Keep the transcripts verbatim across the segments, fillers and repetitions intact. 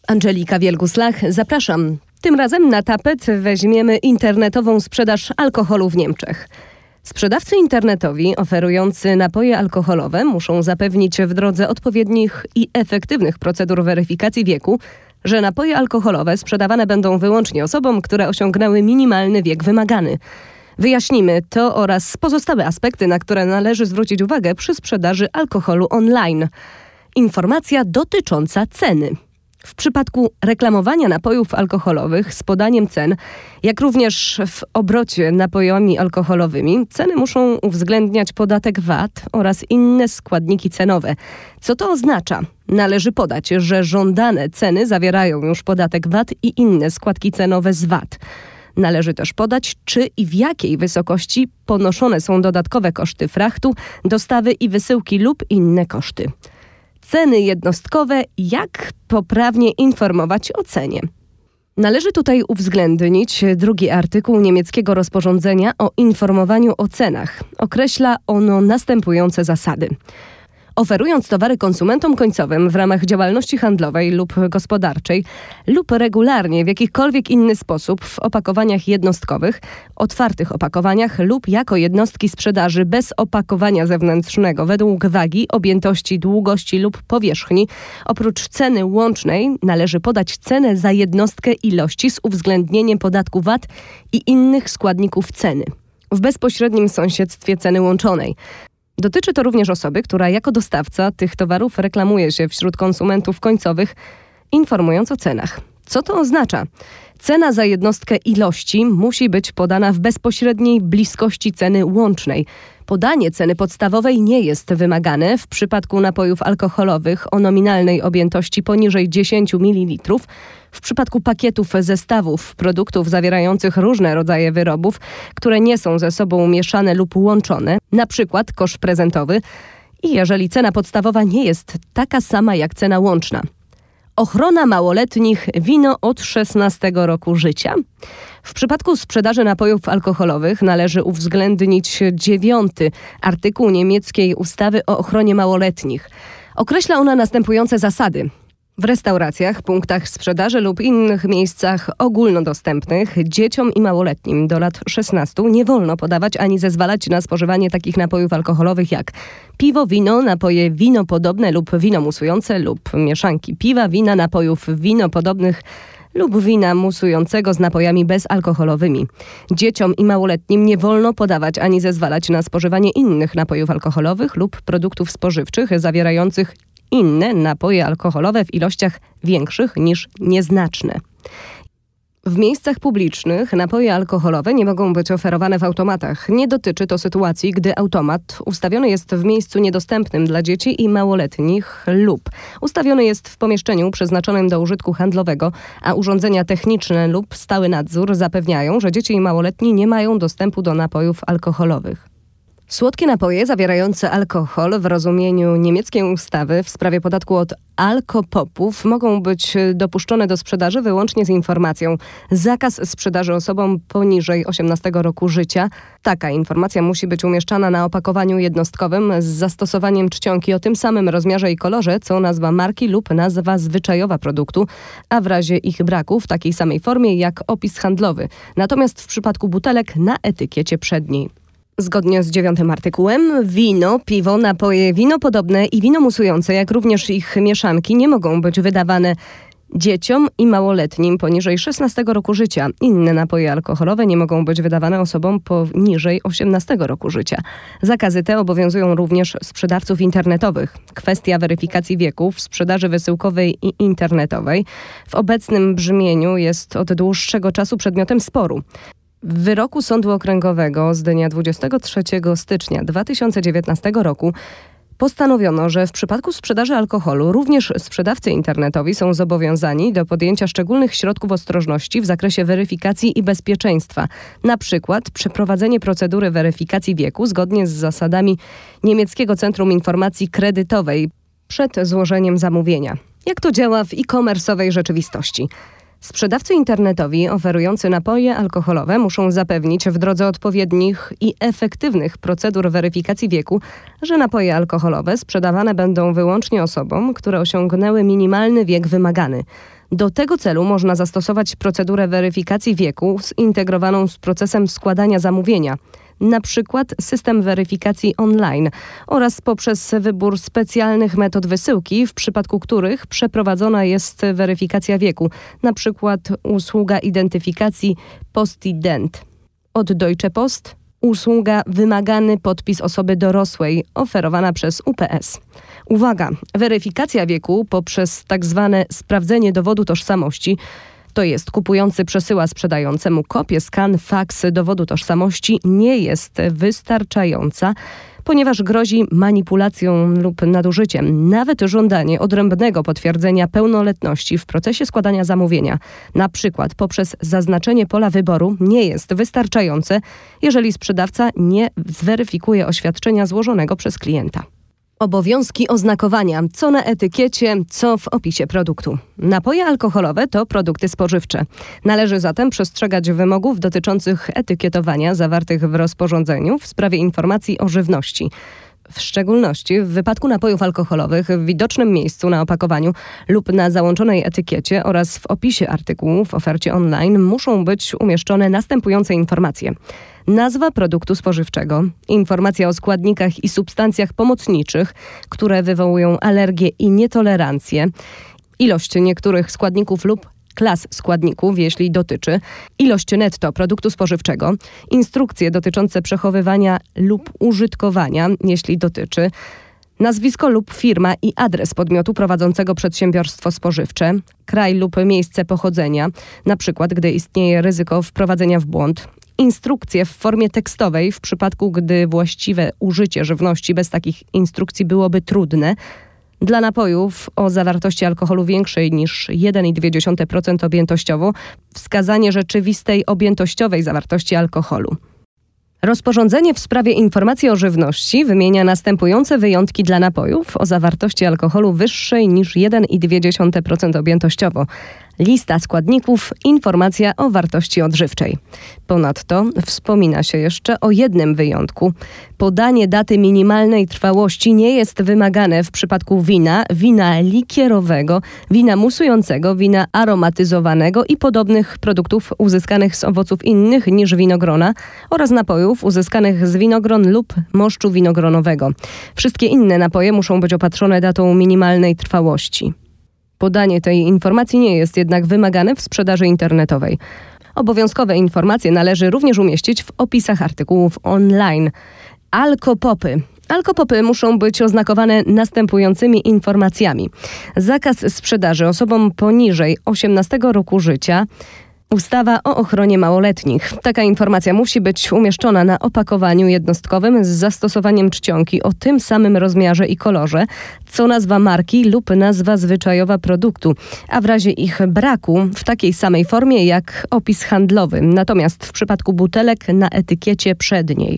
Angelika Wielgus-Lach, zapraszam. Tym razem na tapet weźmiemy internetową sprzedaż alkoholu w Niemczech. Sprzedawcy internetowi oferujący napoje alkoholowe muszą zapewnić w drodze odpowiednich i efektywnych procedur weryfikacji wieku, że napoje alkoholowe sprzedawane będą wyłącznie osobom, które osiągnęły minimalny wiek wymagany. Wyjaśnimy to oraz pozostałe aspekty, na które należy zwrócić uwagę przy sprzedaży alkoholu online. Informacja dotycząca ceny. W przypadku reklamowania napojów alkoholowych z podaniem cen, jak również w obrocie napojami alkoholowymi, ceny muszą uwzględniać podatek V A T oraz inne składniki cenowe. Co to oznacza? Należy podać, że żądane ceny zawierają już podatek V A T i inne składki cenowe z V A T. Należy też podać, czy i w jakiej wysokości ponoszone są dodatkowe koszty frachtu, dostawy i wysyłki lub inne koszty. Ceny jednostkowe, jak poprawnie informować o cenie. Należy tutaj uwzględnić drugi artykuł niemieckiego rozporządzenia o informowaniu o cenach. Określa ono następujące zasady. Oferując towary konsumentom końcowym w ramach działalności handlowej lub gospodarczej lub regularnie w jakikolwiek inny sposób w opakowaniach jednostkowych, otwartych opakowaniach lub jako jednostki sprzedaży bez opakowania zewnętrznego według wagi, objętości, długości lub powierzchni, oprócz ceny łącznej należy podać cenę za jednostkę ilości z uwzględnieniem podatku V A T i innych składników ceny w bezpośrednim sąsiedztwie ceny łączonej. Dotyczy to również osoby, która jako dostawca tych towarów reklamuje się wśród konsumentów końcowych, informując o cenach. Co to oznacza? Cena za jednostkę ilości musi być podana w bezpośredniej bliskości ceny łącznej. Podanie ceny podstawowej nie jest wymagane w przypadku napojów alkoholowych o nominalnej objętości poniżej dziesięć mililitrów, w przypadku pakietów zestawów produktów zawierających różne rodzaje wyrobów, które nie są ze sobą mieszane lub łączone, na przykład kosz prezentowy, i jeżeli cena podstawowa nie jest taka sama jak cena łączna. Ochrona małoletnich, wino od szesnastego roku życia. W przypadku sprzedaży napojów alkoholowych należy uwzględnić dziewiąty artykuł niemieckiej ustawy o ochronie małoletnich. Określa ona następujące zasady. W restauracjach, punktach sprzedaży lub innych miejscach ogólnodostępnych dzieciom i małoletnim do lat szesnastu nie wolno podawać ani zezwalać na spożywanie takich napojów alkoholowych jak piwo, wino, napoje winopodobne lub wino musujące lub mieszanki piwa, wina, napojów winopodobnych lub wina musującego z napojami bezalkoholowymi. Dzieciom i małoletnim nie wolno podawać ani zezwalać na spożywanie innych napojów alkoholowych lub produktów spożywczych zawierających inne napoje alkoholowe w ilościach większych niż nieznaczne. W miejscach publicznych napoje alkoholowe nie mogą być oferowane w automatach. Nie dotyczy to sytuacji, gdy automat ustawiony jest w miejscu niedostępnym dla dzieci i małoletnich lub ustawiony jest w pomieszczeniu przeznaczonym do użytku handlowego, a urządzenia techniczne lub stały nadzór zapewniają, że dzieci i małoletni nie mają dostępu do napojów alkoholowych. Słodkie napoje zawierające alkohol w rozumieniu niemieckiej ustawy w sprawie podatku od alkopopów mogą być dopuszczone do sprzedaży wyłącznie z informacją zakaz sprzedaży osobom poniżej osiemnastego roku życia. Taka informacja musi być umieszczana na opakowaniu jednostkowym z zastosowaniem czcionki o tym samym rozmiarze i kolorze, co nazwa marki lub nazwa zwyczajowa produktu, a w razie ich braku w takiej samej formie jak opis handlowy. Natomiast w przypadku butelek na etykiecie przedniej. Zgodnie z dziewiątym artykułem wino, piwo, napoje winopodobne i wino musujące, jak również ich mieszanki nie mogą być wydawane dzieciom i małoletnim poniżej szesnastego roku życia. Inne napoje alkoholowe nie mogą być wydawane osobom poniżej osiemnastego roku życia. Zakazy te obowiązują również sprzedawców internetowych. Kwestia weryfikacji wieku w sprzedaży wysyłkowej i internetowej w obecnym brzmieniu jest od dłuższego czasu przedmiotem sporu. W wyroku Sądu Okręgowego z dnia dwudziestego trzeciego stycznia dwa tysiące dziewiętnastego roku postanowiono, że w przypadku sprzedaży alkoholu również sprzedawcy internetowi są zobowiązani do podjęcia szczególnych środków ostrożności w zakresie weryfikacji i bezpieczeństwa, na przykład przeprowadzenie procedury weryfikacji wieku zgodnie z zasadami Niemieckiego Centrum Informacji Kredytowej przed złożeniem zamówienia. Jak to działa w e-commerce'owej rzeczywistości? Sprzedawcy internetowi oferujący napoje alkoholowe muszą zapewnić w drodze odpowiednich i efektywnych procedur weryfikacji wieku, że napoje alkoholowe sprzedawane będą wyłącznie osobom, które osiągnęły minimalny wiek wymagany. Do tego celu można zastosować procedurę weryfikacji wieku zintegrowaną z procesem składania zamówienia, na przykład system weryfikacji online oraz poprzez wybór specjalnych metod wysyłki, w przypadku których przeprowadzona jest weryfikacja wieku, na przykład usługa identyfikacji Postident. Od Deutsche Post usługa wymagany podpis osoby dorosłej oferowana przez U P S. Uwaga! Weryfikacja wieku poprzez tak zwane sprawdzenie dowodu tożsamości, to jest kupujący przesyła sprzedającemu kopię, skan, faks dowodu tożsamości, nie jest wystarczająca, ponieważ grozi manipulacją lub nadużyciem. Nawet żądanie odrębnego potwierdzenia pełnoletności w procesie składania zamówienia, na przykład poprzez zaznaczenie pola wyboru, nie jest wystarczające, jeżeli sprzedawca nie zweryfikuje oświadczenia złożonego przez klienta. Obowiązki oznakowania, co na etykiecie, co w opisie produktu. Napoje alkoholowe to produkty spożywcze. Należy zatem przestrzegać wymogów dotyczących etykietowania zawartych w rozporządzeniu w sprawie informacji o żywności. W szczególności w wypadku napojów alkoholowych w widocznym miejscu na opakowaniu lub na załączonej etykiecie oraz w opisie artykułu w ofercie online muszą być umieszczone następujące informacje. Nazwa produktu spożywczego, informacja o składnikach i substancjach pomocniczych, które wywołują alergię i nietolerancję, ilość niektórych składników lub klas składników, jeśli dotyczy, ilość netto produktu spożywczego, instrukcje dotyczące przechowywania lub użytkowania, jeśli dotyczy, nazwisko lub firma i adres podmiotu prowadzącego przedsiębiorstwo spożywcze, kraj lub miejsce pochodzenia, na przykład gdy istnieje ryzyko wprowadzenia w błąd, instrukcje w formie tekstowej w przypadku, gdy właściwe użycie żywności bez takich instrukcji byłoby trudne. Dla napojów o zawartości alkoholu większej niż jeden i dwie dziesiąte procent objętościowo wskazanie rzeczywistej objętościowej zawartości alkoholu. Rozporządzenie w sprawie informacji o żywności wymienia następujące wyjątki dla napojów o zawartości alkoholu wyższej niż jeden i dwie dziesiąte procent objętościowo. Lista składników, informacja o wartości odżywczej. Ponadto wspomina się jeszcze o jednym wyjątku. Podanie daty minimalnej trwałości nie jest wymagane w przypadku wina, wina likierowego, wina musującego, wina aromatyzowanego i podobnych produktów uzyskanych z owoców innych niż winogrona oraz napojów uzyskanych z winogron lub moszczu winogronowego. Wszystkie inne napoje muszą być opatrzone datą minimalnej trwałości. Podanie tej informacji nie jest jednak wymagane w sprzedaży internetowej. Obowiązkowe informacje należy również umieścić w opisach artykułów online. Alkopopy. Alkopopy muszą być oznakowane następującymi informacjami. Zakaz sprzedaży osobom poniżej osiemnastego roku życia. Ustawa o ochronie małoletnich. Taka informacja musi być umieszczona na opakowaniu jednostkowym z zastosowaniem czcionki o tym samym rozmiarze i kolorze, co nazwa marki lub nazwa zwyczajowa produktu, a w razie ich braku w takiej samej formie jak opis handlowy, natomiast w przypadku butelek na etykiecie przedniej.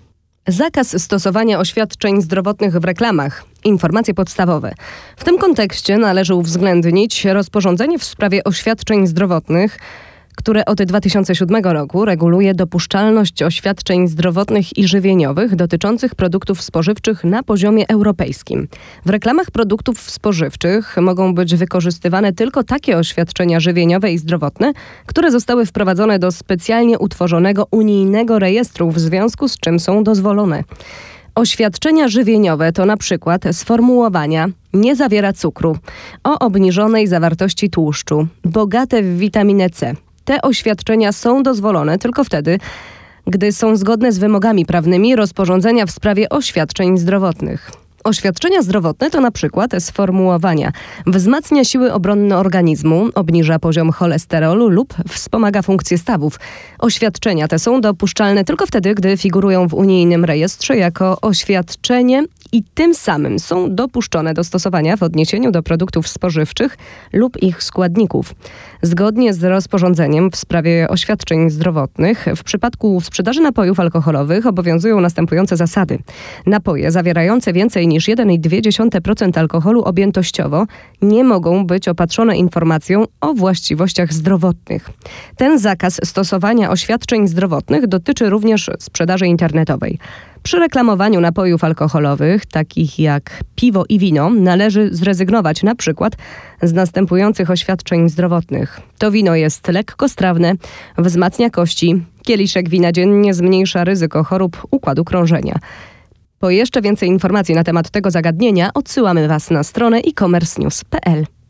Zakaz stosowania oświadczeń zdrowotnych w reklamach. Informacje podstawowe. W tym kontekście należy uwzględnić rozporządzenie w sprawie oświadczeń zdrowotnych, które od dwa tysiące siódmego roku reguluje dopuszczalność oświadczeń zdrowotnych i żywieniowych dotyczących produktów spożywczych na poziomie europejskim. W reklamach produktów spożywczych mogą być wykorzystywane tylko takie oświadczenia żywieniowe i zdrowotne, które zostały wprowadzone do specjalnie utworzonego unijnego rejestru, w związku z czym są dozwolone. Oświadczenia żywieniowe to na przykład sformułowania: nie zawiera cukru, o obniżonej zawartości tłuszczu, bogate w witaminę C. Te oświadczenia są dozwolone tylko wtedy, gdy są zgodne z wymogami prawnymi rozporządzenia w sprawie oświadczeń zdrowotnych. Oświadczenia zdrowotne to na przykład sformułowania: wzmacnia siły obronne organizmu, obniża poziom cholesterolu lub wspomaga funkcję stawów. Oświadczenia te są dopuszczalne tylko wtedy, gdy figurują w unijnym rejestrze jako oświadczenie i tym samym są dopuszczone do stosowania w odniesieniu do produktów spożywczych lub ich składników. Zgodnie z rozporządzeniem w sprawie oświadczeń zdrowotnych w przypadku sprzedaży napojów alkoholowych obowiązują następujące zasady. Napoje zawierające więcej niż jeden i dwie dziesiąte procent alkoholu objętościowo nie mogą być opatrzone informacją o właściwościach zdrowotnych. Ten zakaz stosowania oświadczeń zdrowotnych dotyczy również sprzedaży internetowej. Przy reklamowaniu napojów alkoholowych, takich jak piwo i wino, należy zrezygnować na przykład z następujących oświadczeń zdrowotnych. To wino jest lekkostrawne, wzmacnia kości, kieliszek wina dziennie zmniejsza ryzyko chorób układu krążenia. Po jeszcze więcej informacji na temat tego zagadnienia odsyłamy Was na stronę e commerce news kropka p l.